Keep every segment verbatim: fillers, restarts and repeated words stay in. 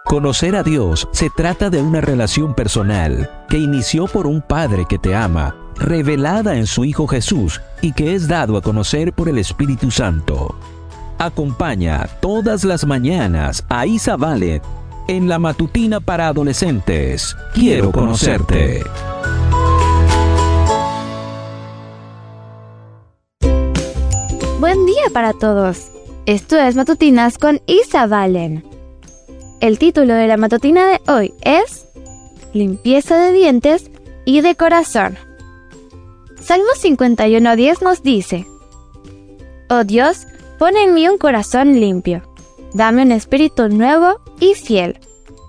Conocer a Dios se trata de una relación personal que inició por un Padre que te ama, revelada en su Hijo Jesús y que es dado a conocer por el Espíritu Santo. Acompaña todas las mañanas a Isa Valen en la matutina para adolescentes. Quiero conocerte. Buen día para todos. Esto es Matutinas con Isa Valen. El título de la matutina de hoy es Limpieza de dientes y de corazón. Salmo cincuenta y uno diez nos dice: Oh Dios, pon en mí un corazón limpio, dame un espíritu nuevo y fiel.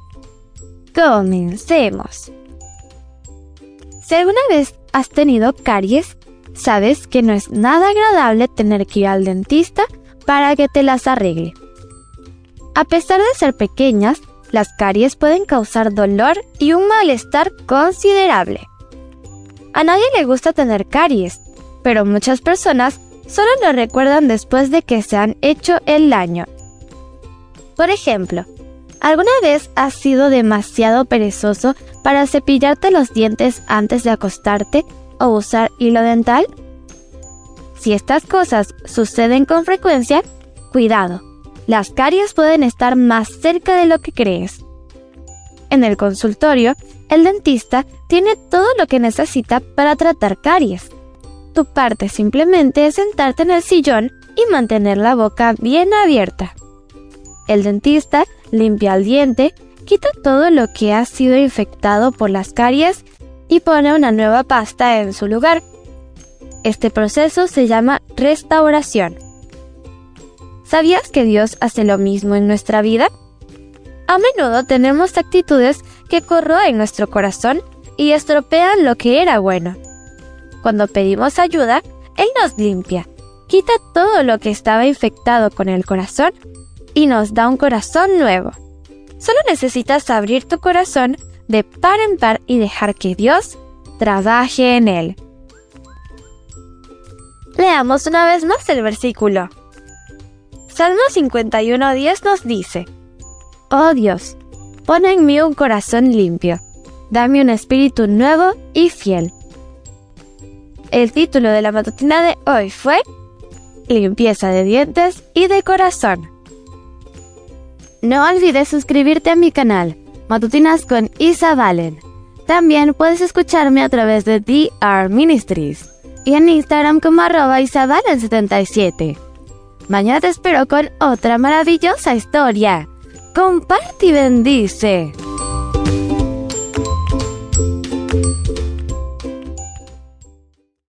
Comencemos. Si alguna vez has tenido caries, sabes que no es nada agradable tener que ir al dentista para que te las arregle. A pesar de ser pequeñas, las caries pueden causar dolor y un malestar considerable. A nadie le gusta tener caries, pero muchas personas solo lo recuerdan después de que se han hecho el daño. Por ejemplo, ¿alguna vez has sido demasiado perezoso para cepillarte los dientes antes de acostarte o usar hilo dental? Si estas cosas suceden con frecuencia, cuidado. Las caries pueden estar más cerca de lo que crees. En el consultorio, el dentista tiene todo lo que necesita para tratar caries. Tu parte simplemente es sentarte en el sillón y mantener la boca bien abierta. El dentista limpia el diente, quita todo lo que ha sido infectado por las caries y pone una nueva pasta en su lugar. Este proceso se llama restauración. ¿Sabías que Dios hace lo mismo en nuestra vida? A menudo tenemos actitudes que corroen nuestro corazón y estropean lo que era bueno. Cuando pedimos ayuda, Él nos limpia, quita todo lo que estaba infectado con el corazón y nos da un corazón nuevo. Solo necesitas abrir tu corazón de par en par y dejar que Dios trabaje en él. Leamos una vez más el versículo. Salmo cincuenta y uno diez nos dice: Oh Dios, pon en mí un corazón limpio, dame un espíritu nuevo y fiel. El título de la matutina de hoy fue Limpieza de dientes y de corazón. No olvides suscribirte a mi canal, Matutinas con Isa Valen. También puedes escucharme a través de D R Ministries y en Instagram como arroba isavalen setenta y siete. Mañana te espero con otra maravillosa historia. Comparte y bendice.